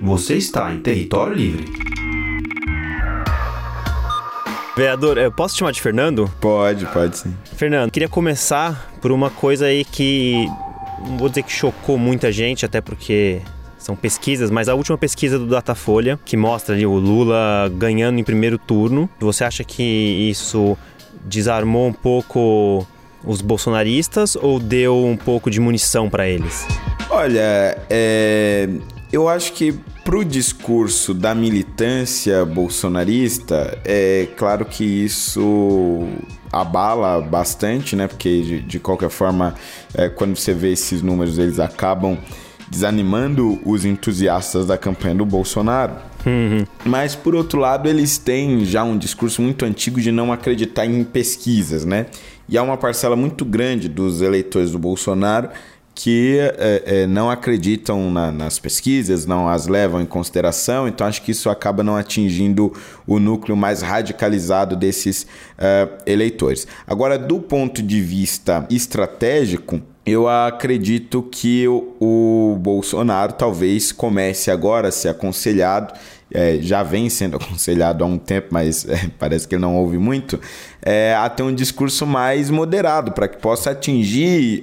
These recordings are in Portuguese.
Você está em território livre. Vereador, eu posso te chamar de Fernando? Pode sim. Fernando, queria começar por uma coisa aí que, não vou dizer que chocou muita gente, até porque são pesquisas, mas a última pesquisa do Datafolha, que mostra ali o Lula ganhando em primeiro turno, você acha que isso desarmou um pouco os bolsonaristas ou deu um pouco de munição para eles? Olha, eu acho que pro discurso da militância bolsonarista, é claro que isso abala bastante, né? Porque de qualquer forma, quando você vê esses números, eles acabam desanimando os entusiastas da campanha do Bolsonaro. Mas, por outro lado, eles têm já um discurso muito antigo de não acreditar em pesquisas, né? E há uma parcela muito grande dos eleitores do Bolsonaro que não acreditam nas pesquisas, não as levam em consideração, então acho que isso acaba não atingindo o núcleo mais radicalizado desses eleitores. Agora, do ponto de vista estratégico, eu acredito que o Bolsonaro talvez comece agora a ser aconselhado, já vem sendo aconselhado há um tempo, mas parece que ele não ouve muito, a ter um discurso mais moderado, para que possa atingir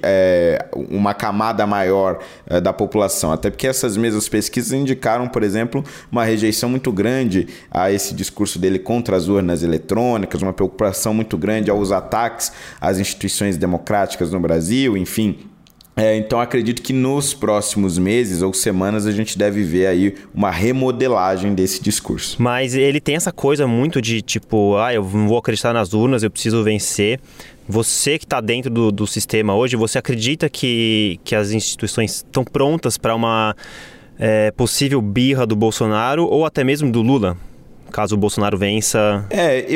uma camada maior da população. Até porque essas mesmas pesquisas indicaram, por exemplo, uma rejeição muito grande a esse discurso dele contra as urnas eletrônicas, uma preocupação muito grande aos ataques às instituições democráticas no Brasil, enfim. Então acredito que nos próximos meses ou semanas a gente deve ver aí uma remodelagem desse discurso. Mas ele tem essa coisa muito de tipo, eu não vou acreditar nas urnas, eu preciso vencer. Você que está dentro do sistema hoje, você acredita que as instituições estão prontas para uma possível birra do Bolsonaro ou até mesmo do Lula, caso o Bolsonaro vença?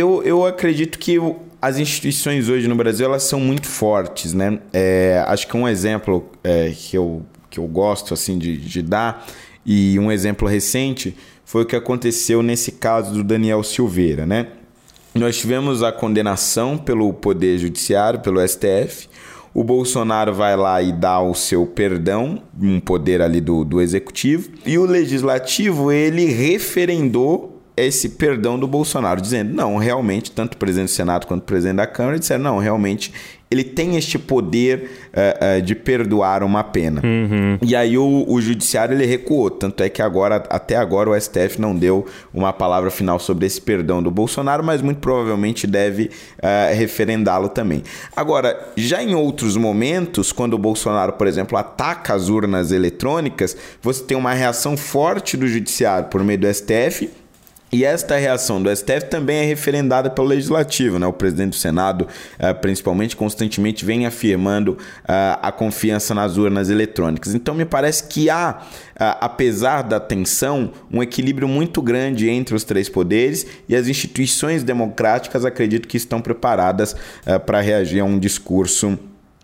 Eu acredito que as instituições hoje no Brasil, elas são muito fortes, né? Acho que um exemplo que eu gosto assim, de dar, e um exemplo recente, foi o que aconteceu nesse caso do Daniel Silveira, né? Nós tivemos a condenação pelo Poder Judiciário, pelo STF. O Bolsonaro vai lá e dá o seu perdão, um poder ali do Executivo. E o Legislativo, ele referendou esse perdão do Bolsonaro, dizendo, não, realmente, tanto o presidente do Senado quanto o presidente da Câmara disseram, não, realmente, ele tem este poder de perdoar uma pena. E aí o Judiciário, ele recuou, tanto é que até agora o STF não deu uma palavra final sobre esse perdão do Bolsonaro, mas muito provavelmente deve referendá-lo também. Agora, já em outros momentos, quando o Bolsonaro, por exemplo, ataca as urnas eletrônicas, você tem uma reação forte do Judiciário por meio do STF. E esta reação do STF também é referendada pelo Legislativo, né? O presidente do Senado, principalmente, constantemente vem afirmando a confiança nas urnas eletrônicas. Então, me parece que há, apesar da tensão, um equilíbrio muito grande entre os três poderes, e as instituições democráticas acredito que estão preparadas para reagir a um discurso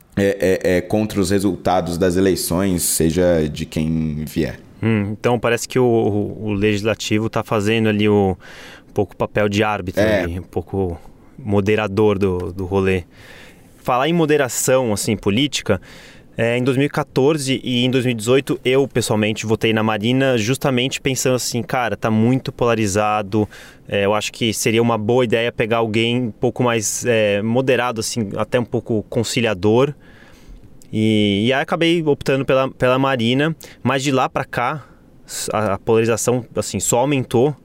contra os resultados das eleições, seja de quem vier. Então parece que o Legislativo está fazendo ali um pouco papel de árbitro, ali, um pouco moderador do rolê. Falar em moderação assim, política, em 2014 e em 2018 eu pessoalmente votei na Marina justamente pensando assim, cara, tá muito polarizado, eu acho que seria uma boa ideia pegar alguém um pouco mais moderado, assim, até um pouco conciliador. E aí acabei optando pela Marina, mas de lá para cá a polarização assim, só aumentou.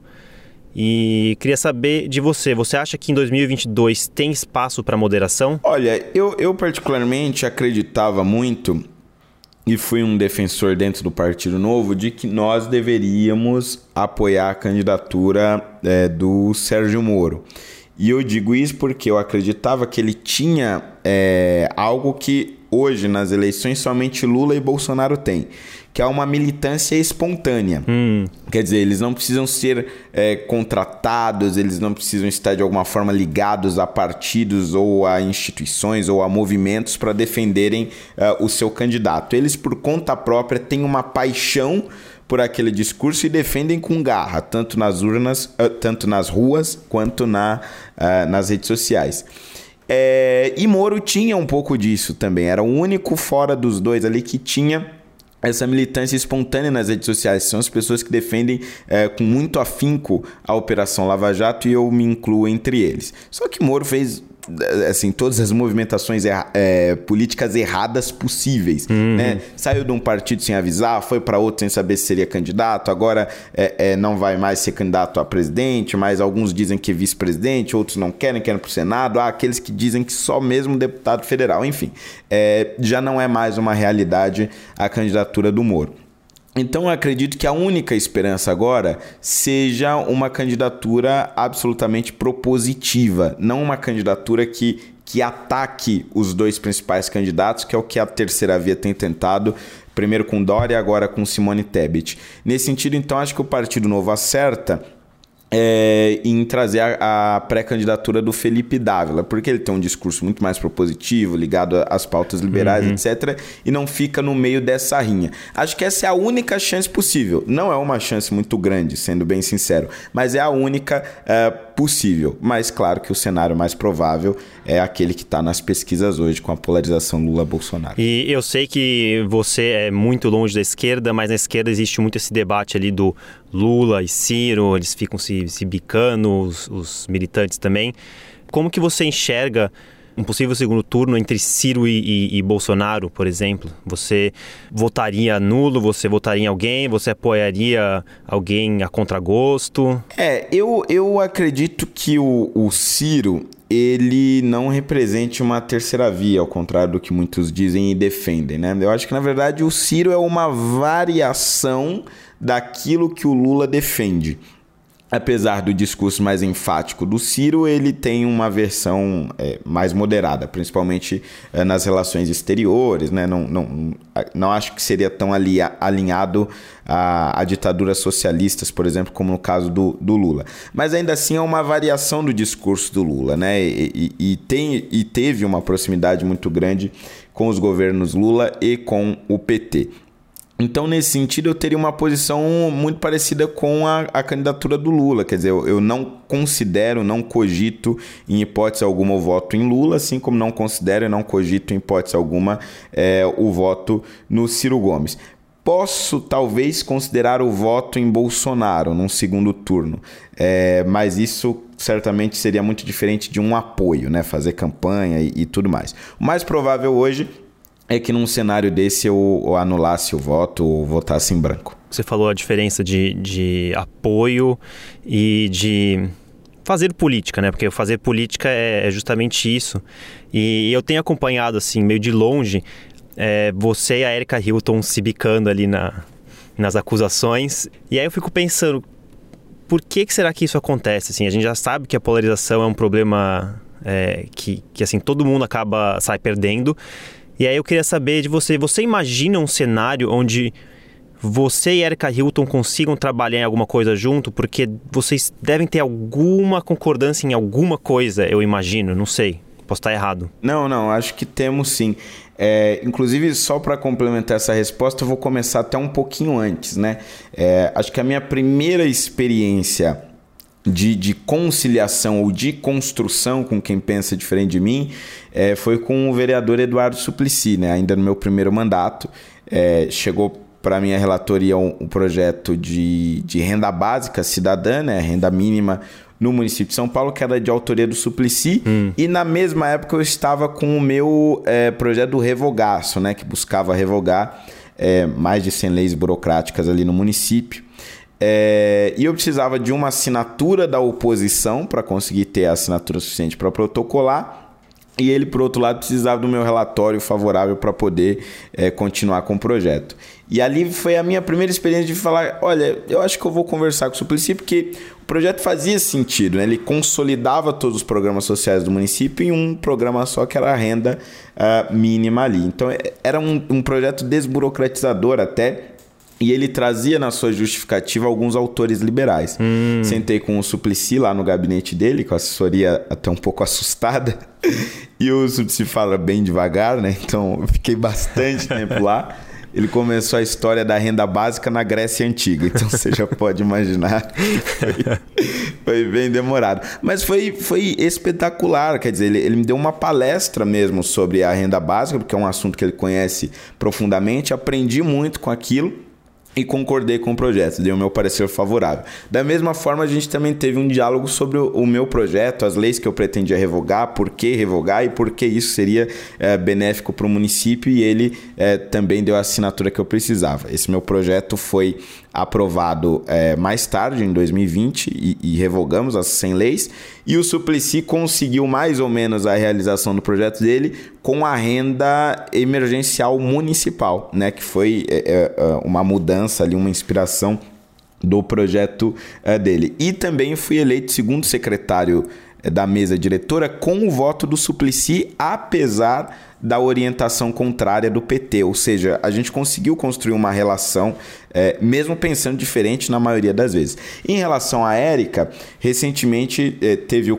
E queria saber de você, você acha que em 2022 tem espaço para moderação? Olha, eu particularmente acreditava muito, e fui um defensor dentro do Partido Novo, de que nós deveríamos apoiar a candidatura do Sérgio Moro. E eu digo isso porque eu acreditava que ele tinha algo que hoje nas eleições somente Lula e Bolsonaro têm, que é uma militância espontânea. Quer dizer, eles não precisam ser contratados, eles não precisam estar de alguma forma ligados a partidos ou a instituições ou a movimentos para defenderem o seu candidato. Eles, por conta própria, têm uma paixão por aquele discurso e defendem com garra, tanto nas urnas, tanto nas ruas, quanto nas redes sociais. E Moro tinha um pouco disso também, era o único fora dos dois ali que tinha essa militância espontânea nas redes sociais. São as pessoas que defendem com muito afinco a Operação Lava Jato, e eu me incluo entre eles. Só que Moro fez assim, todas as movimentações políticas erradas possíveis, né? Saiu de um partido sem avisar, foi para outro sem saber se seria candidato, agora não vai mais ser candidato a presidente, mas alguns dizem que é vice-presidente, outros não querem para o Senado, há aqueles que dizem que só mesmo deputado federal, enfim, já não é mais uma realidade a candidatura do Moro. Então eu acredito que a única esperança agora seja uma candidatura absolutamente propositiva, não uma candidatura que ataque os dois principais candidatos, que é o que a terceira via tem tentado, primeiro com Dória e agora com Simone Tebet. Nesse sentido, então, acho que o Partido Novo acerta em trazer a pré-candidatura do Felipe Dávila, porque ele tem um discurso muito mais propositivo, ligado às pautas liberais, etc., e não fica no meio dessa rinha. Acho que essa é a única chance possível. Não é uma chance muito grande, sendo bem sincero, mas é a única possível. Mas claro que o cenário mais provável é aquele que está nas pesquisas hoje, com a polarização Lula-Bolsonaro. E eu sei que você é muito longe da esquerda, mas na esquerda existe muito esse debate ali do Lula e Ciro, eles ficam se bicando, os militantes também. Como que você enxerga um possível segundo turno entre Ciro e Bolsonaro, por exemplo? Você votaria nulo? Você votaria em alguém? Você apoiaria alguém a contragosto? Eu acredito que o Ciro, ele não represente uma terceira via, ao contrário do que muitos dizem e defendem, né? Eu acho que, na verdade, o Ciro é uma variação daquilo que o Lula defende. Apesar do discurso mais enfático do Ciro, ele tem uma versão mais moderada, principalmente nas relações exteriores, né? Não acho que seria tão alinhado a ditaduras socialistas, por exemplo, como no caso do Lula. Mas ainda assim é uma variação do discurso do Lula, né? E teve uma proximidade muito grande com os governos Lula e com o PT. Então, nesse sentido, eu teria uma posição muito parecida com a candidatura do Lula. Quer dizer, eu não considero, não cogito em hipótese alguma o voto em Lula, assim como não considero e não cogito em hipótese alguma o voto no Ciro Gomes. Posso, talvez, considerar o voto em Bolsonaro num segundo turno, mas isso certamente seria muito diferente de um apoio, né? Fazer campanha e tudo mais. O mais provável hoje é que num cenário desse eu anulasse o voto ou votasse em branco. Você falou a diferença de apoio e de fazer política, né? Porque fazer política é justamente isso. E eu tenho acompanhado, assim, meio de longe, você e a Erika Hilton se bicando ali nas acusações. E aí eu fico pensando, por que será que isso acontece? Assim, a gente já sabe que a polarização é um problema que assim, todo mundo sai perdendo. E aí eu queria saber de você imagina um cenário onde você e Erika Hilton consigam trabalhar em alguma coisa junto? Porque vocês devem ter alguma concordância em alguma coisa, eu imagino, não sei, posso estar errado. Não, acho que temos sim. Inclusive, só para complementar essa resposta, eu vou começar até um pouquinho antes, né? Acho que a minha primeira experiência de conciliação ou de construção com quem pensa diferente de mim foi com o vereador Eduardo Suplicy, né? Ainda no meu primeiro mandato. Chegou para a minha relatoria um projeto de renda básica cidadã, né? Renda mínima no município de São Paulo, que era de autoria do Suplicy. E na mesma época eu estava com o meu projeto do Revogaço, né? Que buscava revogar mais de 100 leis burocráticas ali no município. E eu precisava de uma assinatura da oposição para conseguir ter a assinatura suficiente para protocolar. E ele, por outro lado, precisava do meu relatório favorável para poder continuar com o projeto. E ali foi a minha primeira experiência de falar, olha, eu acho que eu vou conversar com o Suplicy, porque o projeto fazia sentido, né? Ele consolidava todos os programas sociais do município em um programa só, que era a renda mínima ali. Então, era um projeto desburocratizador até. E ele trazia na sua justificativa alguns autores liberais. Sentei com o Suplicy lá no gabinete dele, com a assessoria até um pouco assustada. E o Suplicy fala bem devagar, né? Então eu fiquei bastante tempo lá. Ele começou a história da renda básica na Grécia Antiga. Então você já pode imaginar. Foi bem demorado. Mas foi espetacular, quer dizer, ele me deu uma palestra mesmo sobre a renda básica, porque é um assunto que ele conhece profundamente, aprendi muito com aquilo e concordei com o projeto, dei o meu parecer favorável. Da mesma forma, a gente também teve um diálogo sobre o meu projeto, as leis que eu pretendia revogar, por que revogar e por que isso seria benéfico para o município, e ele também deu a assinatura que eu precisava. Esse meu projeto foi aprovado mais tarde, em 2020, e revogamos as 100 leis, e o Suplicy conseguiu mais ou menos a realização do projeto dele com a renda emergencial municipal, né, que foi uma mudança ali, uma inspiração do projeto dele. E também fui eleito segundo secretário da mesa diretora com o voto do Suplicy, apesar da orientação contrária do PT, ou seja, a gente conseguiu construir uma relação, mesmo pensando diferente na maioria das vezes. Em relação à Érica, recentemente teve um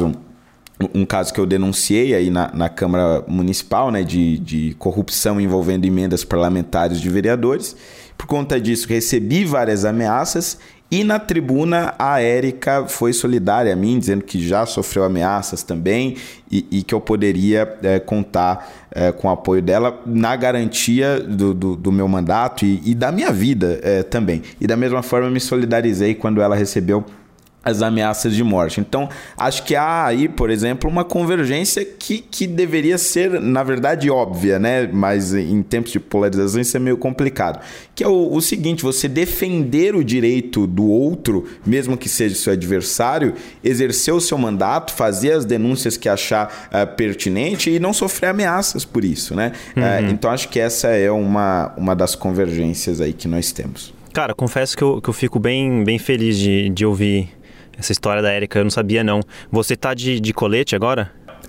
caso que eu denunciei aí na Câmara Municipal, né, de corrupção envolvendo emendas parlamentares de vereadores. Por conta disso, recebi várias ameaças. E na tribuna, a Érica foi solidária a mim, dizendo que já sofreu ameaças também e que eu poderia contar com o apoio dela na garantia do meu mandato e da minha vida também. E da mesma forma, eu me solidarizei quando ela recebeu as ameaças de morte. Então, acho que há aí, por exemplo, uma convergência que deveria ser, na verdade, óbvia, né? Mas em tempos de polarização isso é meio complicado. Que é o seguinte, você defender o direito do outro, mesmo que seja seu adversário, exercer o seu mandato, fazer as denúncias que achar pertinente e não sofrer ameaças por isso, né? Então, acho que essa é uma das convergências aí que nós temos. Cara, confesso que eu fico bem feliz de ouvir essa história da Érica, eu não sabia não. Você tá de colete agora?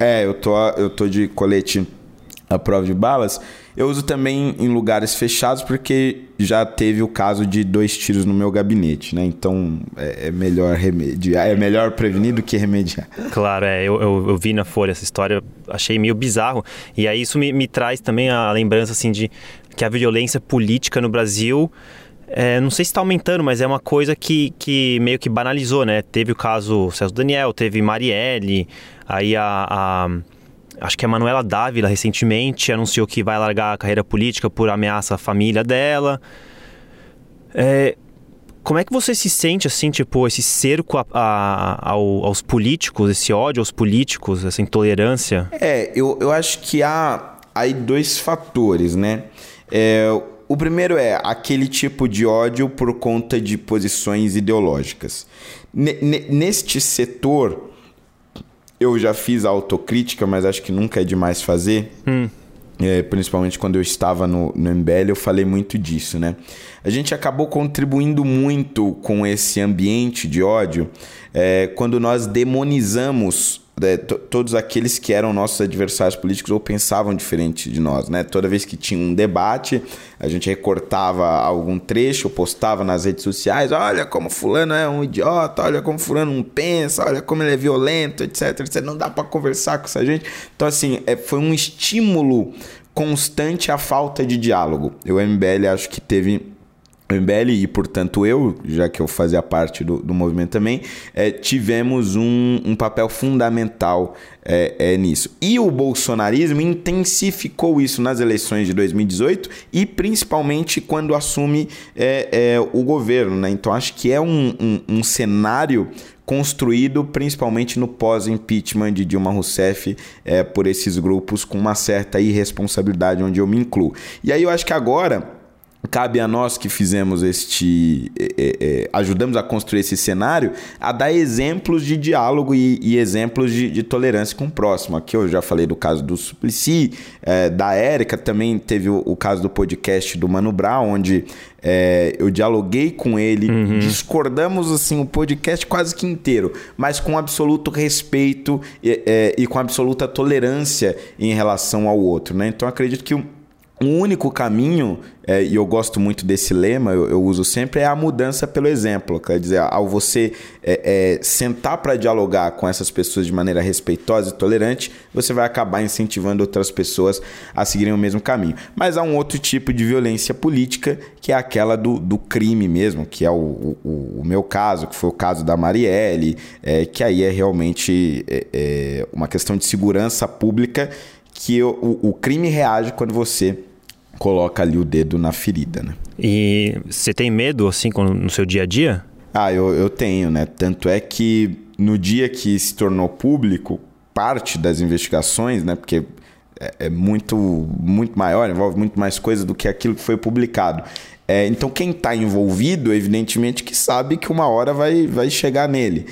Eu tô de colete à prova de balas. Eu uso também em lugares fechados porque já teve o caso de 2 tiros no meu gabinete, né? Então é melhor remediar, é melhor prevenir do que remediar. Claro, eu vi na Folha essa história, achei meio bizarro. E aí isso me traz também a lembrança assim, de que a violência política no Brasil... não sei se está aumentando, mas é uma coisa que meio que banalizou, né? Teve o caso Celso Daniel, teve Marielle, aí acho que a Manuela Dávila recentemente anunciou que vai largar a carreira política por ameaça à família dela. Como é que você se sente, assim, tipo, esse cerco aos políticos, esse ódio aos políticos, essa intolerância? Eu acho que há aí 2 fatores, né? O primeiro é aquele tipo de ódio por conta de posições ideológicas. Neste setor, eu já fiz a autocrítica, mas acho que nunca é demais fazer. Principalmente quando eu estava no MBL, eu falei muito disso, né? A gente acabou contribuindo muito com esse ambiente de ódio quando nós demonizamos todos aqueles que eram nossos adversários políticos ou pensavam diferente de nós, né? Toda vez que tinha um debate, a gente recortava algum trecho, postava nas redes sociais, olha como fulano é um idiota, olha como fulano não pensa, olha como ele é violento, etc, etc. Não dá para conversar com essa gente. Então, assim, foi um estímulo constante à falta de diálogo. O MBL acho que teve... O MBL e, portanto, eu, já que eu fazia parte do movimento também, tivemos um papel fundamental nisso. E o bolsonarismo intensificou isso nas eleições de 2018 e principalmente quando assume o governo, né? Então, acho que é um cenário construído principalmente no pós-impeachment de Dilma Rousseff por esses grupos com uma certa irresponsabilidade, onde eu me incluo. E aí eu acho que agora... cabe a nós que fizemos ajudamos a construir esse cenário, a dar exemplos de diálogo e exemplos de tolerância com o próximo. Aqui eu já falei do caso do Suplicy, da Érica, também teve o caso do podcast do Mano Brown, onde eu dialoguei com ele, discordamos assim, o podcast quase que inteiro, mas com absoluto respeito e com absoluta tolerância em relação ao outro, né? Então acredito que O único caminho, e eu gosto muito desse lema, eu uso sempre, é a mudança pelo exemplo. Quer dizer, ao você sentar para dialogar com essas pessoas de maneira respeitosa e tolerante, você vai acabar incentivando outras pessoas a seguirem o mesmo caminho. Mas há um outro tipo de violência política, que é aquela do crime mesmo, que é o meu caso, que foi o caso da Marielle, que aí é realmente uma questão de segurança pública, que o crime reage quando você coloca ali o dedo na ferida, né? E você tem medo, assim, no seu dia a dia? Eu tenho, né? Tanto é que no dia que se tornou público, parte das investigações, né? Porque é muito, muito maior, envolve muito mais coisa do que aquilo que foi publicado. Então quem está envolvido, evidentemente que sabe que uma hora vai chegar nele.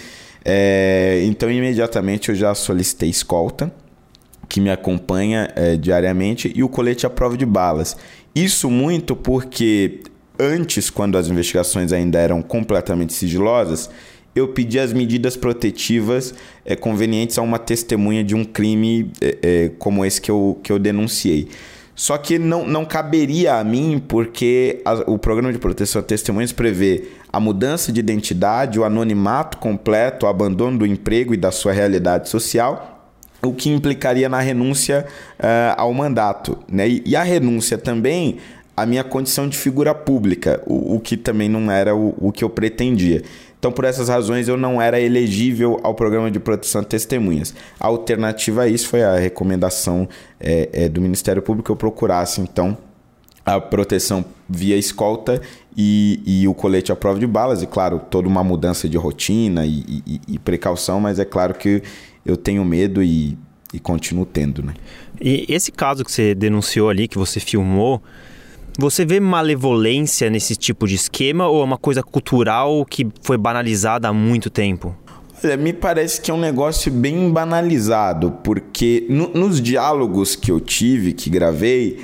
Então imediatamente eu já solicitei escolta, que me acompanha diariamente, e o colete à prova de balas. Isso muito porque antes, quando as investigações ainda eram completamente sigilosas, eu pedi as medidas protetivas convenientes a uma testemunha de um crime como esse que eu denunciei. Só que não caberia a mim, porque o Programa de Proteção a Testemunhas prevê a mudança de identidade, o anonimato completo, o abandono do emprego e da sua realidade social, o que implicaria na renúncia ao mandato, né? E a renúncia também, a minha condição de figura pública, o que também não era o que eu pretendia. Então, por essas razões, eu não era elegível ao Programa de Proteção a Testemunhas. A alternativa a isso foi a recomendação do Ministério Público que eu procurasse, então, a proteção via escolta e o colete à prova de balas. E, claro, toda uma mudança de rotina e precaução, mas é claro que eu tenho medo e continuo tendo, né? E esse caso que você denunciou ali, que você filmou, você vê malevolência nesse tipo de esquema ou é uma coisa cultural que foi banalizada há muito tempo? Olha, me parece que é um negócio bem banalizado, porque nos diálogos que eu tive, que gravei,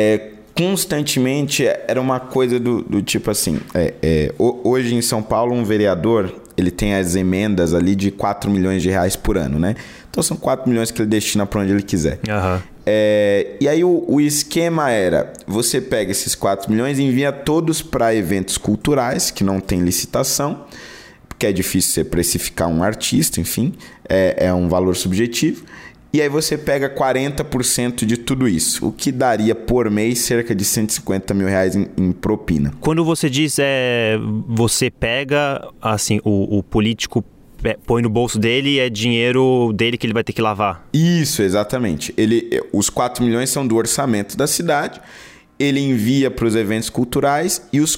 constantemente era uma coisa do tipo assim, hoje em São Paulo um vereador, ele tem as emendas ali de 4 milhões de reais por ano, né? Então são 4 milhões que ele destina para onde ele quiser. Uhum. E aí o esquema era, você pega esses 4 milhões e envia todos para eventos culturais, que não tem licitação, porque é difícil você precificar um artista, enfim, é um valor subjetivo. E aí você pega 40% de tudo isso, o que daria por mês cerca de 150 mil reais em propina. Quando você diz você pega, assim, o político põe no bolso dele e é dinheiro dele que ele vai ter que lavar. Isso, exatamente. Os 4 milhões são do orçamento da cidade, ele envia para os eventos culturais e os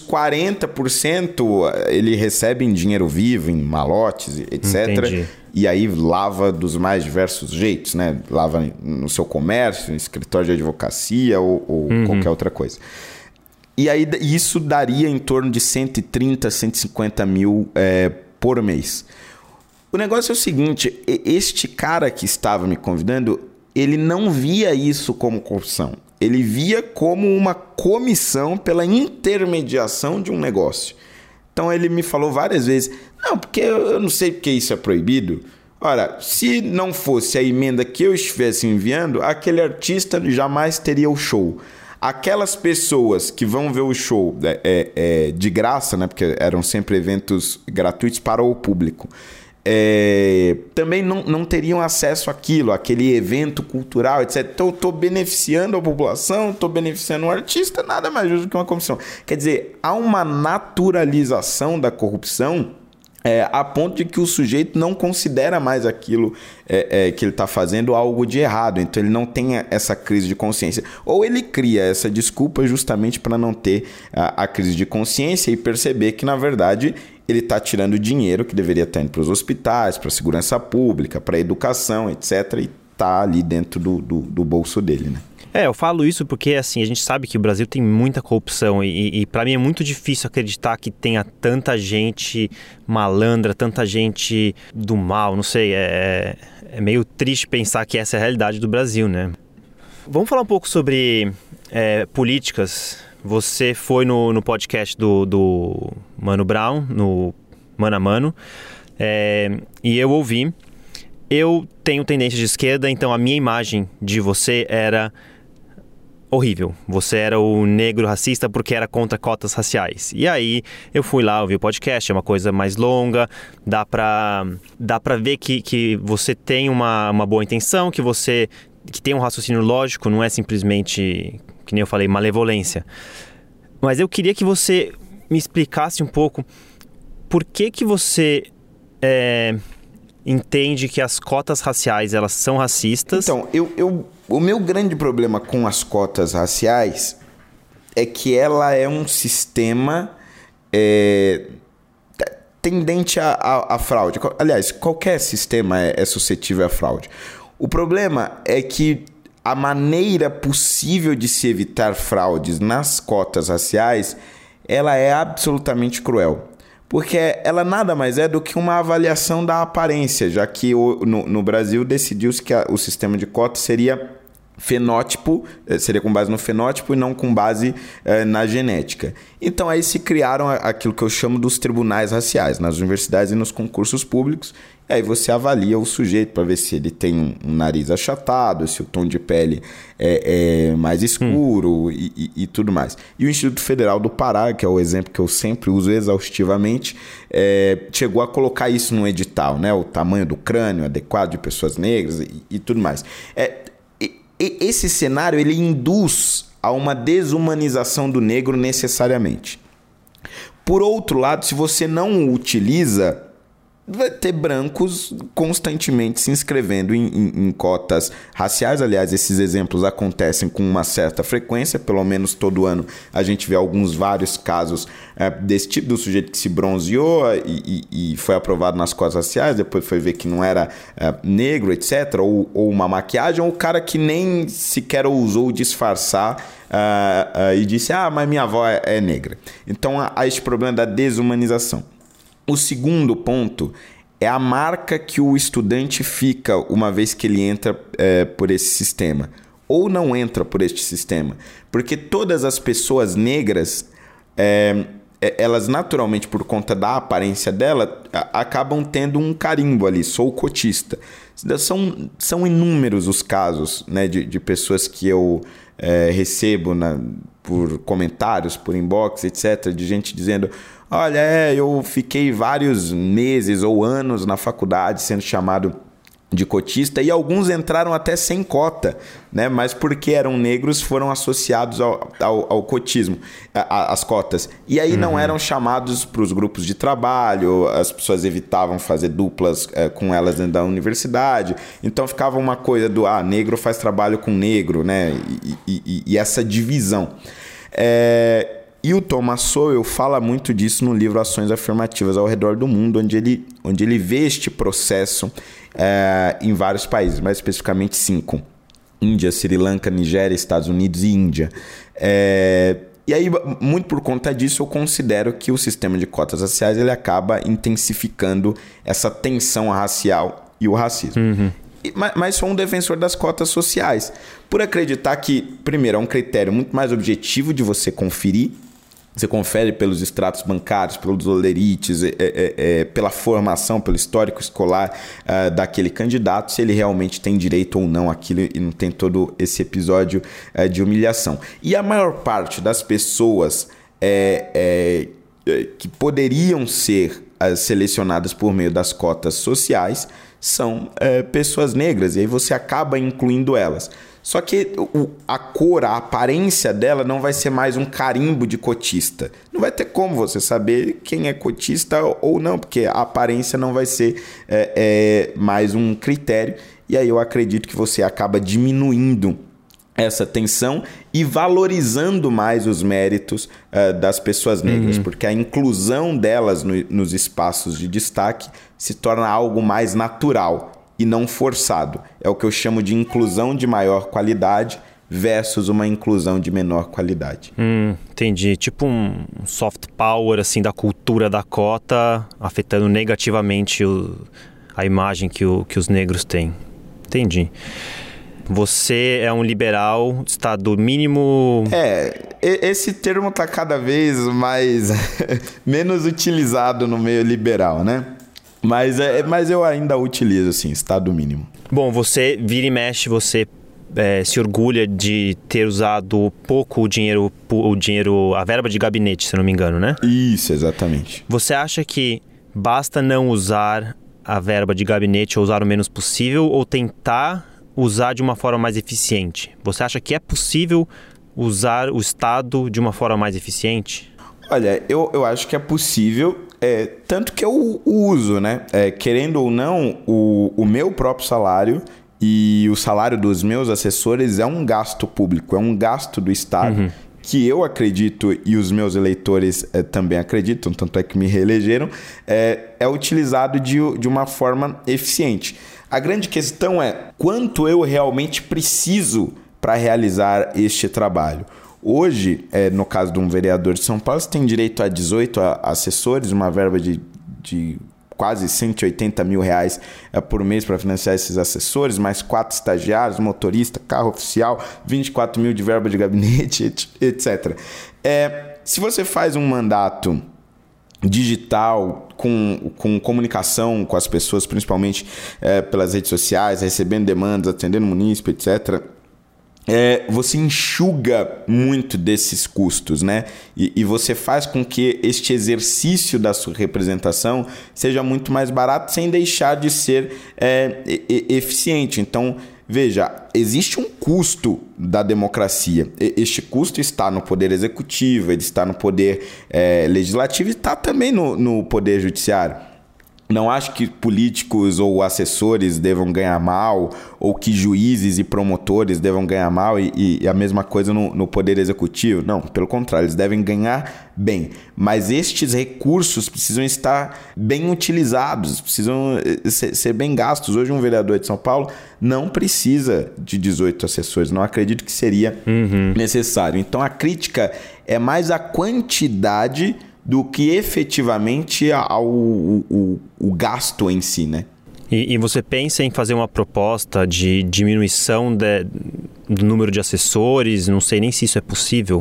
40% ele recebe em dinheiro vivo, em malotes, etc. Entendi. E aí lava dos mais diversos jeitos, né? Lava no seu comércio, no escritório de advocacia ou qualquer outra coisa. E aí isso daria em torno de 130, 150 mil por mês. O negócio é o seguinte, este cara que estava me convidando, ele não via isso como corrupção. Ele via como uma comissão pela intermediação de um negócio. Então ele me falou várias vezes, não, porque eu não sei porque isso é proibido. Ora, se não fosse a emenda que eu estivesse enviando, aquele artista jamais teria o show. Aquelas pessoas que vão ver o show de graça, né, porque eram sempre eventos gratuitos para o público, também não teriam acesso àquilo, àquele evento cultural, etc. Então eu estou beneficiando a população, estou beneficiando o artista, nada mais justo que uma comissão. Quer dizer, há uma naturalização da corrupção a ponto de que o sujeito não considera mais aquilo que ele está fazendo algo de errado. Então ele não tem essa crise de consciência. Ou ele cria essa desculpa justamente para não ter a crise de consciência e perceber que, na verdade, ele está tirando dinheiro que deveria estar indo para os hospitais, para a segurança pública, para a educação, etc. E está ali dentro do bolso dele, né? Eu falo isso porque, assim, a gente sabe que o Brasil tem muita corrupção e para mim é muito difícil acreditar que tenha tanta gente malandra, tanta gente do mal, não sei, é meio triste pensar que essa é a realidade do Brasil, né? Vamos falar um pouco sobre políticas. Você foi no podcast do Mano Brown, no Mano a Mano, e eu ouvi. Eu tenho tendência de esquerda, então a minha imagem de você era horrível. Você era o negro racista porque era contra cotas raciais. E aí eu fui lá ouvir o podcast, é uma coisa mais longa, dá pra ver que você tem uma boa intenção, que tem um raciocínio lógico, não é simplesmente, que nem eu falei, malevolência. Mas eu queria que você me explicasse um pouco por que você entende que as cotas raciais elas são racistas. Então, o meu grande problema com as cotas raciais é que ela é um sistema tendente à fraude. Aliás, qualquer sistema é suscetível à fraude. O problema é que a maneira possível de se evitar fraudes nas cotas raciais, ela é absolutamente cruel. Porque ela nada mais é do que uma avaliação da aparência, já que no Brasil decidiu-se que o sistema de cotas seria fenótipo, seria com base no fenótipo e não com base na genética. Então aí se criaram aquilo que eu chamo dos tribunais raciais, nas universidades e nos concursos públicos. E aí você avalia o sujeito para ver se ele tem um nariz achatado, se o tom de pele é mais escuro e tudo mais. E o Instituto Federal do Pará, que é o exemplo que eu sempre uso exaustivamente, chegou a colocar isso no edital, né? O tamanho do crânio adequado de pessoas negras e tudo mais. Esse cenário ele induz a uma desumanização do negro necessariamente. Por outro lado, se você não o utiliza, vai ter brancos constantemente se inscrevendo em cotas raciais. Aliás, esses exemplos acontecem com uma certa frequência, pelo menos todo ano a gente vê vários casos desse tipo, do sujeito que se bronzeou e foi aprovado nas cotas raciais, depois foi ver que não era negro, etc., ou uma maquiagem, ou o cara que nem sequer ousou disfarçar e disse, mas minha avó é negra. Então há este problema da desumanização. O segundo ponto é a marca que o estudante fica uma vez que ele entra por esse sistema, ou não entra por este sistema. Porque todas as pessoas negras, elas naturalmente, por conta da aparência dela, acabam tendo um carimbo ali, sou cotista. São inúmeros os casos, né, de pessoas que eu recebo por comentários, por inbox, etc., de gente dizendo... Olha, eu fiquei vários meses ou anos na faculdade sendo chamado de cotista e alguns entraram até sem cota, né? Mas porque eram negros foram associados ao cotismo, às cotas. E aí não eram chamados para os grupos de trabalho, as pessoas evitavam fazer duplas com elas dentro da universidade. Então ficava uma coisa do negro faz trabalho com negro, né? E essa divisão. E o Thomas Sowell fala muito disso no livro Ações Afirmativas ao Redor do Mundo, onde ele vê este processo em vários países, mais especificamente 5. Índia, Sri Lanka, Nigéria, Estados Unidos e Índia. E aí, muito por conta disso, eu considero que o sistema de cotas raciais ele acaba intensificando essa tensão racial e o racismo. Mas sou um defensor das cotas sociais, por acreditar que, primeiro, é um critério muito mais objetivo de você conferir. Você confere pelos extratos bancários, pelos olerites, pela formação, pelo histórico escolar daquele candidato, se ele realmente tem direito ou não àquilo e não tem todo esse episódio de humilhação. E a maior parte das pessoas que poderiam ser selecionadas por meio das cotas sociais são pessoas negras, e aí você acaba incluindo elas. Só que a cor, a aparência dela não vai ser mais um carimbo de cotista. Não vai ter como você saber quem é cotista ou não, porque a aparência não vai ser mais um critério. E aí eu acredito que você acaba diminuindo essa tensão e valorizando mais os méritos das pessoas negras, porque a inclusão delas nos espaços de destaque se torna algo mais natural e não forçado. É o que eu chamo de inclusão de maior qualidade versus uma inclusão de menor qualidade. Entendi. Tipo um soft power assim, da cultura da cota, afetando negativamente a imagem que os negros têm. Entendi. Você é um liberal, estado mínimo... Esse termo está cada vez mais menos utilizado no meio liberal, né? Mas eu ainda utilizo, assim, estado mínimo. Bom, você vira e mexe, você se orgulha de ter usado pouco o dinheiro, a verba de gabinete, se eu não me engano, né? Isso, exatamente. Você acha que basta não usar a verba de gabinete ou usar o menos possível ou tentar usar de uma forma mais eficiente? Você acha que é possível usar o Estado de uma forma mais eficiente? Olha, eu acho que é possível, tanto que eu uso, né? Querendo ou não, o meu próprio salário e o salário dos meus assessores é um gasto público, é um gasto do Estado, que eu acredito e os meus eleitores também acreditam, tanto é que me reelegeram, é utilizado de uma forma eficiente. A grande questão é quanto eu realmente preciso para realizar este trabalho. Hoje, no caso de um vereador de São Paulo, você tem direito a 18 assessores, uma verba de quase 180 mil reais por mês para financiar esses assessores, mais 4 estagiários, motorista, carro oficial, 24 mil de verba de gabinete, etc. Se você faz um mandato digital, com comunicação com as pessoas, principalmente pelas redes sociais, recebendo demandas, atendendo o munícipe, etc., você enxuga muito desses custos, né? E você faz com que este exercício da sua representação seja muito mais barato sem deixar de ser eficiente. Então, veja, existe um custo da democracia. Este custo está no poder executivo, ele está no poder legislativo e está também no poder judiciário. Não acho que políticos ou assessores devam ganhar mal, ou que juízes e promotores devam ganhar mal e a mesma coisa no poder executivo. Não, pelo contrário, eles devem ganhar bem. Mas estes recursos precisam estar bem utilizados, precisam ser bem gastos. Hoje um vereador de São Paulo não precisa de 18 assessores, não acredito que seria necessário. Então a crítica é mais a quantidade do que efetivamente o gasto em si, né? E você pensa em fazer uma proposta de diminuição do número de assessores? Não sei nem se isso é possível.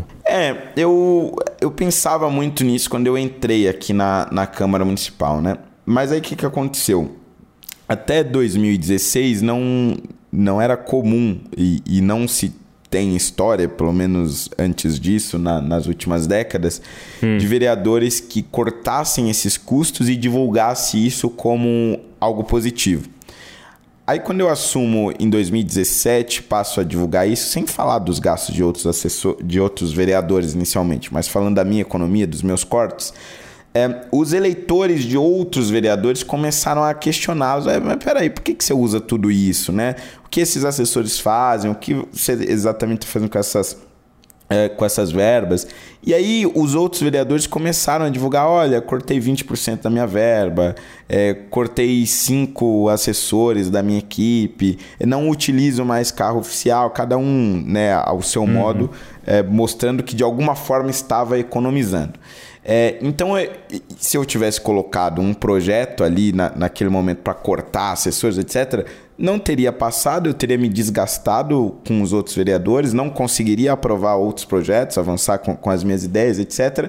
Eu pensava muito nisso quando eu entrei aqui na Câmara Municipal, né? Mas aí o que aconteceu? Até 2016 não era comum e não se tem história, pelo menos antes disso, nas últimas décadas, de vereadores que cortassem esses custos e divulgassem isso como algo positivo. Aí quando eu assumo em 2017, passo a divulgar isso, sem falar dos gastos de outros vereadores inicialmente, mas falando da minha economia, dos meus cortes, os eleitores de outros vereadores começaram a questioná-los. Mas peraí, por que você usa tudo isso, né? O que esses assessores fazem? O que você exatamente está fazendo com essas verbas? E aí os outros vereadores começaram a divulgar, olha, cortei 20% da minha verba, cortei 5 assessores da minha equipe, não utilizo mais carro oficial, cada um, né, ao seu modo, mostrando que de alguma forma estava economizando. Então, se eu tivesse colocado um projeto ali naquele momento para cortar assessores, etc., não teria passado, eu teria me desgastado com os outros vereadores, não conseguiria aprovar outros projetos, avançar com as minhas ideias, etc.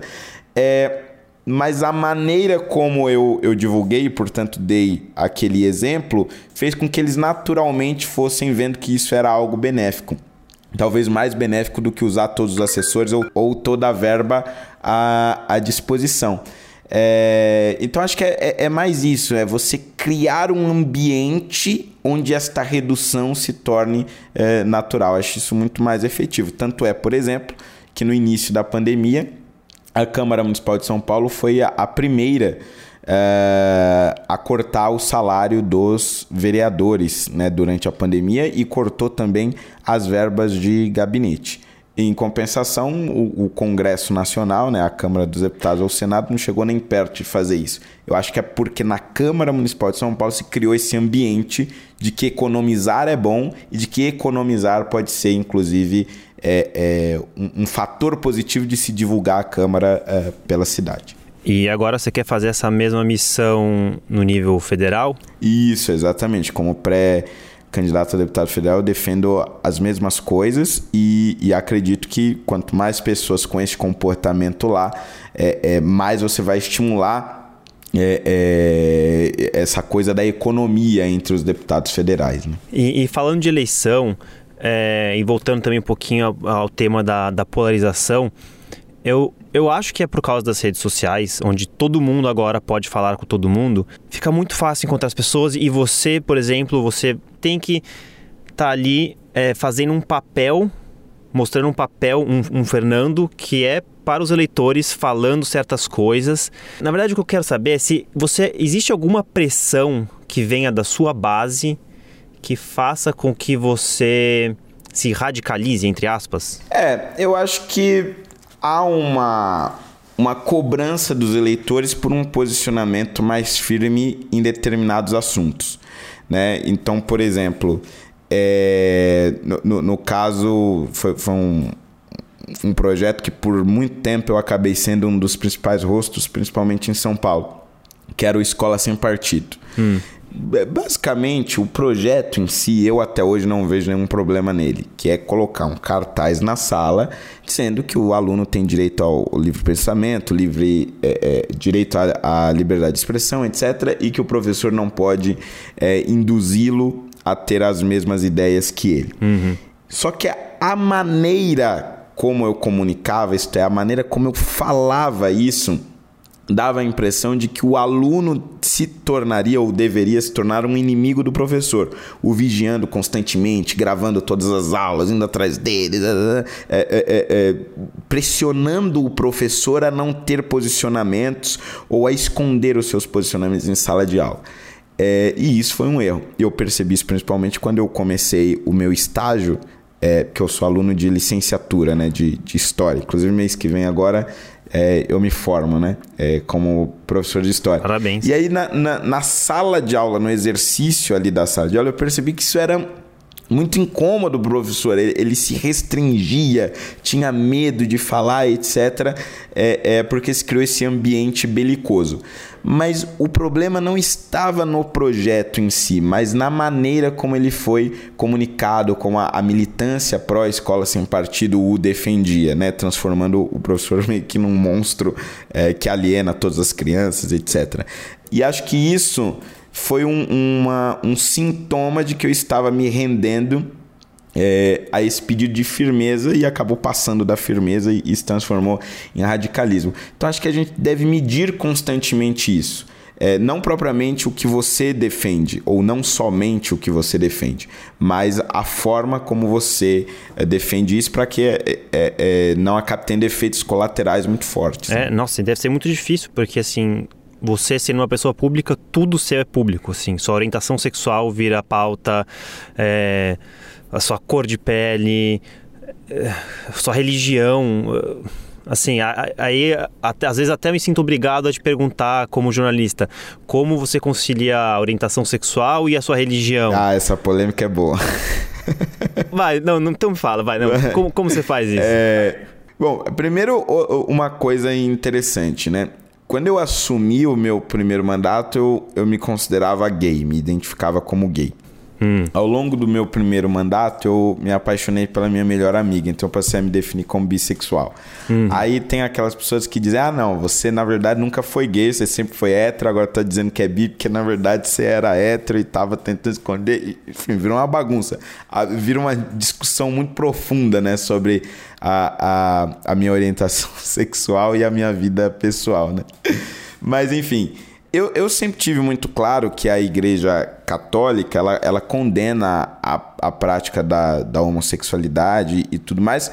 Mas a maneira como eu divulguei, portanto dei aquele exemplo, fez com que eles naturalmente fossem vendo que isso era algo benéfico. Talvez mais benéfico do que usar todos os assessores ou toda a verba à disposição. Então acho que é mais isso, você criar um ambiente onde esta redução se torne natural. Acho isso muito mais efetivo. Tanto por exemplo, que no início da pandemia, a Câmara Municipal de São Paulo foi a primeira a cortar o salário dos vereadores, né, durante a pandemia, e cortou também as verbas de gabinete. Em compensação, o Congresso Nacional, né, a Câmara dos Deputados ou o Senado, não chegou nem perto de fazer isso. Eu acho que é porque na Câmara Municipal de São Paulo se criou esse ambiente de que economizar é bom e de que economizar pode ser, inclusive, um fator positivo de se divulgar a Câmara pela cidade. E agora você quer fazer essa mesma missão no nível federal? Isso, exatamente. Como pré-candidato a deputado federal, eu defendo as mesmas coisas e acredito que quanto mais pessoas com esse comportamento lá, mais você vai estimular essa coisa da economia entre os deputados federais, né? E falando de eleição, e voltando também um pouquinho ao tema da polarização, eu acho que é por causa das redes sociais, onde todo mundo agora pode falar com todo mundo, fica muito fácil encontrar as pessoas e você, por exemplo, você tem que estar ali fazendo um papel, mostrando um papel, um Fernando que é para os eleitores falando certas coisas. Na verdade, o que eu quero saber é se existe alguma pressão que venha da sua base que faça com que você se radicalize, entre aspas? Eu acho que há uma cobrança dos eleitores por um posicionamento mais firme em determinados assuntos, né? Então, por exemplo, no caso, foi um projeto que por muito tempo eu acabei sendo um dos principais rostos, principalmente em São Paulo, que era o Escola Sem Partido. Basicamente, o projeto em si, eu até hoje não vejo nenhum problema nele, que é colocar um cartaz na sala dizendo que o aluno tem direito ao livre pensamento, direito à liberdade de expressão, etc., e que o professor não pode induzi-lo a ter as mesmas ideias que ele. Só que a maneira como eu comunicava, isto é, a maneira como eu falava isso, dava a impressão de que o aluno se tornaria ou deveria se tornar um inimigo do professor, o vigiando constantemente, gravando todas as aulas, indo atrás dele, pressionando o professor a não ter posicionamentos ou a esconder os seus posicionamentos em sala de aula. E isso foi um erro. Eu percebi isso principalmente quando eu comecei o meu estágio, que eu sou aluno de licenciatura, né, de História. Inclusive, mês que vem agora eu me formo, né, como professor de História. Parabéns. E aí, na sala de aula, no exercício ali da sala de aula, eu percebi que isso era muito incômodo pro professor. Ele se restringia, tinha medo de falar, etc., porque se criou esse ambiente belicoso. Mas o problema não estava no projeto em si, mas na maneira como ele foi comunicado, como a militância pró-escola sem partido o defendia, né? Transformando o professor meio que num monstro que aliena todas as crianças, etc. E acho que isso foi um sintoma de que eu estava me rendendo a esse pedido de firmeza e acabou passando da firmeza e se transformou em radicalismo. Então acho que a gente deve medir constantemente isso. Não propriamente o que você defende, ou não somente o que você defende, mas a forma como você defende isso para que não acabe tendo efeitos colaterais muito fortes. Nossa, deve ser muito difícil, porque assim, você sendo uma pessoa pública, tudo seu é público, assim, sua orientação sexual vira pauta, a sua cor de pele, sua religião, assim, aí às vezes até me sinto obrigado a te perguntar como jornalista, como você concilia a orientação sexual e a sua religião? Essa polêmica é boa. Vai, não, então me fala, vai, não, como você faz isso? Bom, primeiro uma coisa interessante, né? Quando eu assumi o meu primeiro mandato, eu me considerava gay, me identificava como gay. Ao longo do meu primeiro mandato, eu me apaixonei pela minha melhor amiga, então eu passei a me definir como bissexual. Aí tem aquelas pessoas que dizem, não, você na verdade nunca foi gay, você sempre foi hétero, agora tá dizendo que é bi, porque na verdade você era hétero e tava tentando esconder. Enfim, virou uma bagunça. Vira uma discussão muito profunda, né, sobre a minha orientação sexual e a minha vida pessoal, né? Mas enfim, eu sempre tive muito claro que a Igreja Católica ela condena a prática da homossexualidade e tudo mais,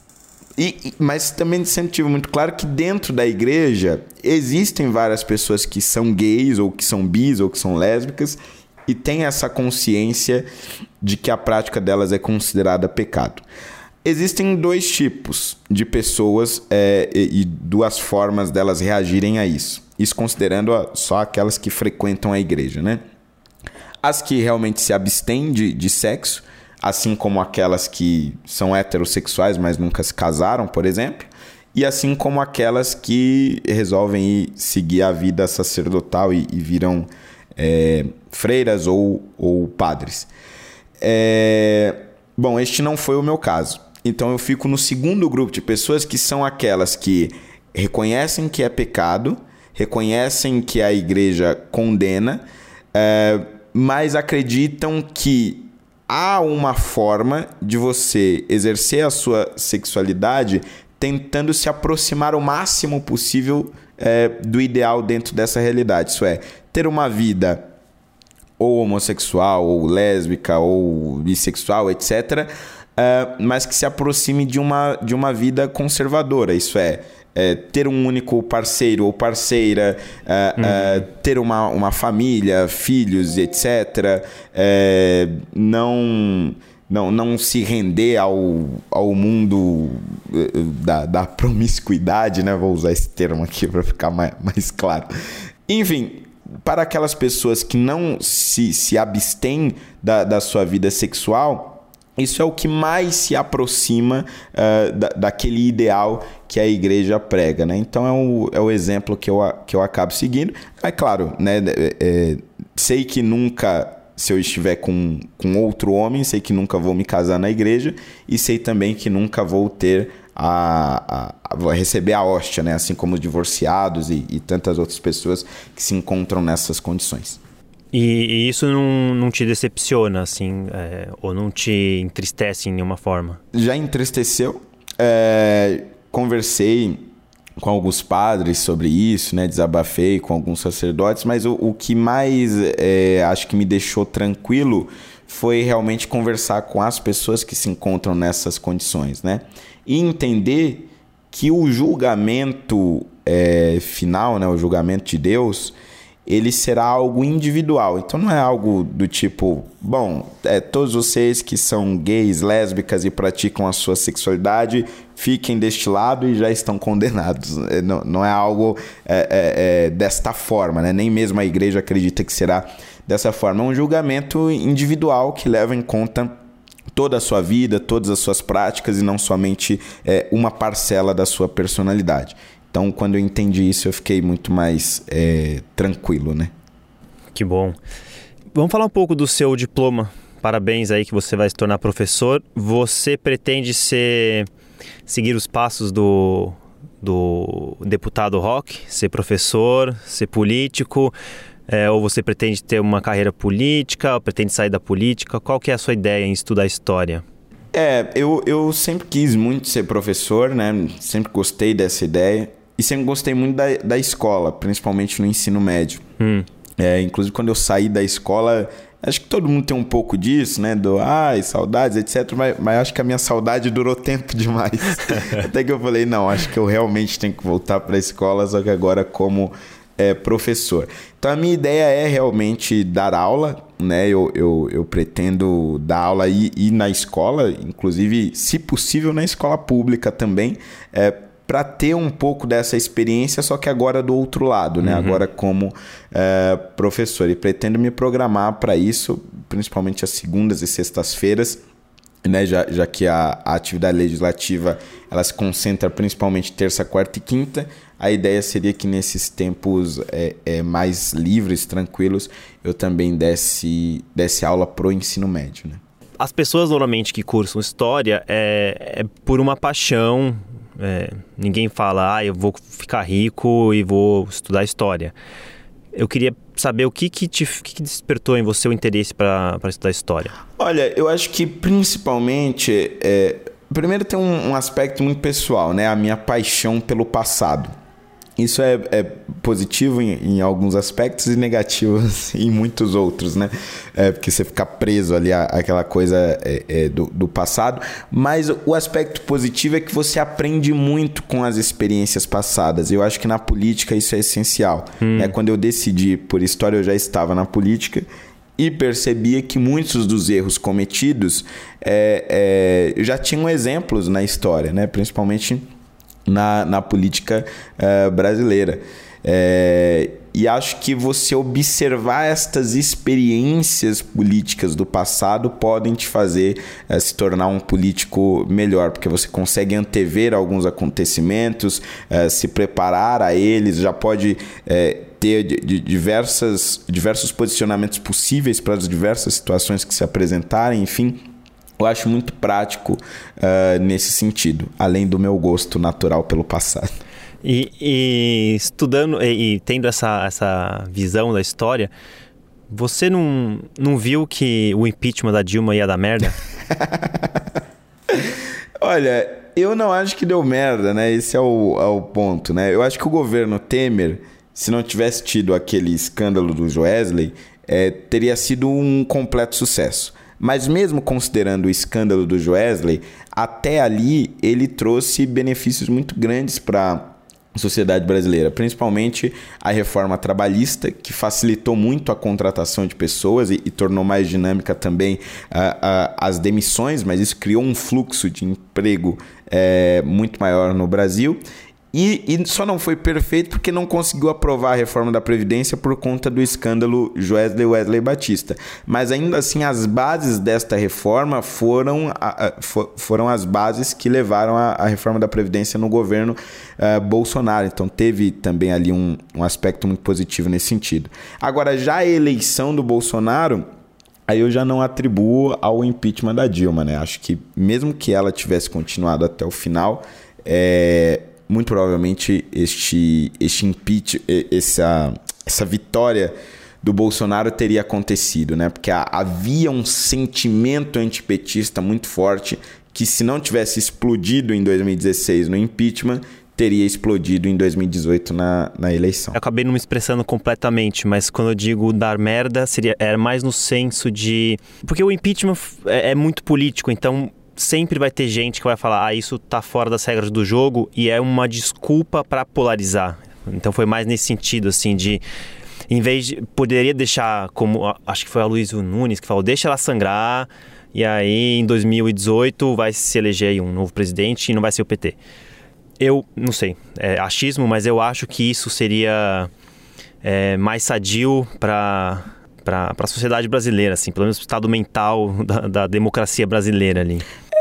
mas também sempre tive muito claro que dentro da igreja existem várias pessoas que são gays ou que são bis ou que são lésbicas e têm essa consciência de que a prática delas é considerada pecado. Existem dois tipos de pessoas e duas formas delas reagirem a isso. Isso considerando só aquelas que frequentam a igreja, né? As que realmente se abstêm de sexo, assim como aquelas que são heterossexuais, mas nunca se casaram, por exemplo. E assim como aquelas que resolvem seguir a vida sacerdotal e viram freiras ou padres. Bom, este não foi o meu caso. Então eu fico no segundo grupo de pessoas, que são aquelas que reconhecem que é pecado, reconhecem que a igreja condena, mas acreditam que há uma forma de você exercer a sua sexualidade tentando se aproximar o máximo possível do ideal dentro dessa realidade. Isso é, ter uma vida ou homossexual, ou lésbica, ou bissexual, etc., mas que se aproxime de uma vida conservadora. Isso é, ter um único parceiro ou parceira, ter uma família, filhos, etc., não se render ao mundo da promiscuidade, né? Vou usar esse termo aqui para ficar mais claro. Enfim, para aquelas pessoas que não se abstêm da sua vida sexual, isso é o que mais se aproxima daquele ideal que a igreja prega, né? Então é o exemplo que eu acabo seguindo. É claro, né? Sei que nunca, se eu estiver com outro homem, sei que nunca vou me casar na igreja, e sei também que nunca vou ter vou receber a hóstia, né? Assim como os divorciados e tantas outras pessoas que se encontram nessas condições. E isso não te decepciona, assim, ou não te entristece em nenhuma forma? Já entristeceu. Conversei com alguns padres sobre isso, né? Desabafei com alguns sacerdotes, mas o que mais acho que me deixou tranquilo foi realmente conversar com as pessoas que se encontram nessas condições, né? E entender que o julgamento final, né? O julgamento de Deus, ele será algo individual. Então não é algo do tipo, bom, todos vocês que são gays, lésbicas e praticam a sua sexualidade, fiquem deste lado e já estão condenados. Não é algo desta forma, né? Nem mesmo a igreja acredita que será dessa forma. É um julgamento individual que leva em conta toda a sua vida, todas as suas práticas e não somente uma parcela da sua personalidade. Então, quando eu entendi isso, eu fiquei muito mais tranquilo, né? Que bom. Vamos falar um pouco do seu diploma. Parabéns aí que você vai se tornar professor. Você pretende seguir os passos do deputado Roque? Ser professor, ser político? Ou você pretende ter uma carreira política? Ou pretende sair da política? Qual que é a sua ideia em estudar história? Eu sempre quis muito ser professor, né? Sempre gostei dessa ideia. E sempre gostei muito da escola, principalmente no ensino médio. Inclusive, quando eu saí da escola, acho que todo mundo tem um pouco disso, né? Saudades, etc. Mas acho que a minha saudade durou tempo demais. Até que eu falei, não, acho que eu realmente tenho que voltar para a escola, só que agora como professor. Então, a minha ideia é realmente dar aula, né? Eu pretendo dar aula e na escola, inclusive, se possível, na escola pública também, para ter um pouco dessa experiência, só que agora do outro lado, né? Agora como professor. E pretendo me programar para isso, principalmente às segundas e sextas-feiras, né? Já que a atividade legislativa ela se concentra principalmente terça, quarta e quinta. A ideia seria que nesses tempos mais livres, tranquilos, eu também desse aula pro ensino médio, né? As pessoas normalmente que cursam história é por uma paixão. Ninguém fala, eu vou ficar rico e vou estudar história. Eu queria saber o que despertou em você o interesse para estudar história. Olha, eu acho que principalmente, primeiro tem um aspecto muito pessoal, né? A minha paixão pelo passado. Isso é positivo em alguns aspectos e negativo em muitos outros, né? Porque você fica preso ali àquela coisa do passado. Mas o aspecto positivo é que você aprende muito com as experiências passadas. Eu acho que na política isso é essencial. Quando eu decidi por história, eu já estava na política e percebia que muitos dos erros cometidos já tinham exemplos na história, né? Principalmente na política brasileira. E acho que você observar estas experiências políticas do passado podem te fazer se tornar um político melhor, porque você consegue antever alguns acontecimentos, se preparar a eles, já pode ter diversos posicionamentos possíveis para as diversas situações que se apresentarem, enfim. Eu acho muito prático nesse sentido, além do meu gosto natural pelo passado. E estudando e tendo essa visão da história, Você não viu que o impeachment da Dilma ia dar merda? Olha, eu não acho que deu merda, né? Esse é o ponto, né? Eu acho que o governo Temer, se não tivesse tido aquele escândalo do Joesley, teria sido um completo sucesso. Mas mesmo considerando o escândalo do Joesley, até ali ele trouxe benefícios muito grandes para a sociedade brasileira, principalmente a reforma trabalhista, que facilitou muito a contratação de pessoas e tornou mais dinâmica também as demissões, mas isso criou um fluxo de emprego muito maior no Brasil. E só não foi perfeito porque não conseguiu aprovar a reforma da Previdência por conta do escândalo Wesley Batista. Mas ainda assim, as bases desta reforma foram as bases que levaram a reforma da Previdência no governo Bolsonaro. Então teve também ali um aspecto muito positivo nesse sentido. Agora, já a eleição do Bolsonaro, aí eu já não atribuo ao impeachment da Dilma, né? Acho que mesmo que ela tivesse continuado até o final, muito provavelmente este impeachment, essa vitória do Bolsonaro teria acontecido, né? Porque havia um sentimento antipetista muito forte que, se não tivesse explodido em 2016 no impeachment, teria explodido em 2018 na eleição. Eu acabei não me expressando completamente, mas quando eu digo dar merda, era mais no senso de... Porque o impeachment é muito político, então sempre vai ter gente que vai falar, isso tá fora das regras do jogo, e é uma desculpa para polarizar. Então foi mais nesse sentido, assim, de... Em vez de... Poderia deixar, como acho que foi a Luísa Nunes que falou, deixa ela sangrar, e aí em 2018 vai se eleger aí um novo presidente e não vai ser o PT. Eu não sei, é achismo, mas eu acho que isso seria mais sadio para a sociedade brasileira, assim, pelo menos o estado mental da democracia brasileira ali.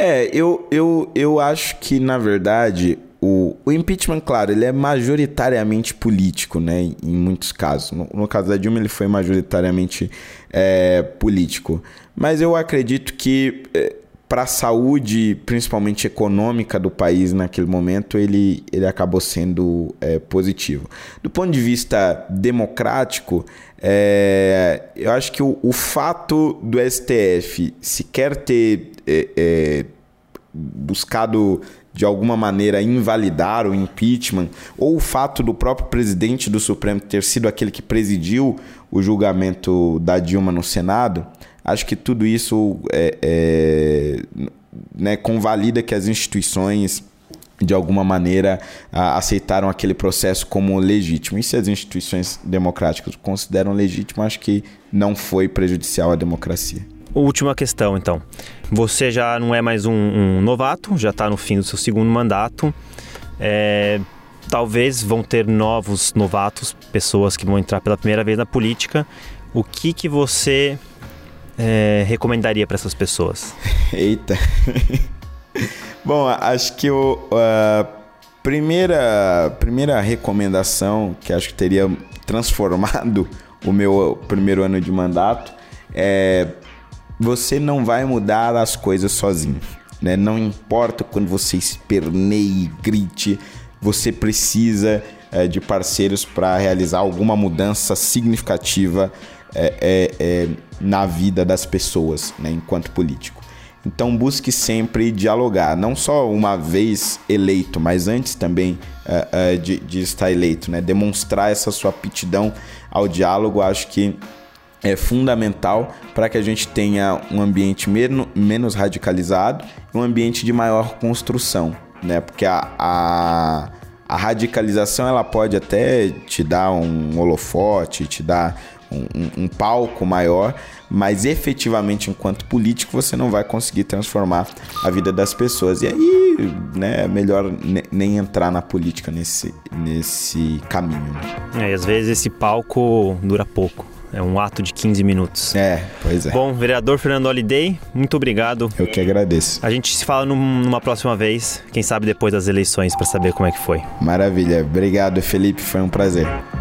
Eu acho que, na verdade, o impeachment, claro, ele é majoritariamente político, né, em muitos casos. No caso da Dilma, ele foi majoritariamente político. Mas eu acredito que, para a saúde, principalmente econômica do país naquele momento, ele acabou sendo positivo. Do ponto de vista democrático, eu acho que o fato do STF sequer ter buscado de alguma maneira invalidar o impeachment, ou o fato do próprio presidente do Supremo ter sido aquele que presidiu o julgamento da Dilma no Senado, acho que tudo isso convalida que as instituições, de alguma maneira, aceitaram aquele processo como legítimo. E se as instituições democráticas o consideram legítimo, acho que não foi prejudicial à democracia. Última questão, então. Você já não é mais um novato, já está no fim do seu segundo mandato. Talvez vão ter novos novatos, pessoas que vão entrar pela primeira vez na política. O que você recomendaria para essas pessoas? Eita! Bom, acho que a primeira recomendação que acho que teria transformado o meu primeiro ano de mandato você não vai mudar as coisas sozinho, né? Não importa quando você esperneie e grite, você precisa de parceiros para realizar alguma mudança significativa na vida das pessoas, né, enquanto político. Então busque sempre dialogar, não só uma vez eleito, mas antes também de estar eleito, né? Demonstrar essa sua aptidão ao diálogo, acho que é fundamental para que a gente tenha um ambiente menos radicalizado e um ambiente de maior construção, né? Porque a radicalização, ela pode até te dar um holofote, te dar um palco maior, mas efetivamente, enquanto político, você não vai conseguir transformar a vida das pessoas. E aí, né, é melhor nem entrar na política nesse caminho, né? E às vezes esse palco dura pouco. É um ato de 15 minutos. Pois é. Bom, vereador Fernando Holliday, muito obrigado. Eu que agradeço. A gente se fala numa próxima vez, quem sabe depois das eleições, para saber como é que foi. Maravilha. Obrigado, Felipe. Foi um prazer.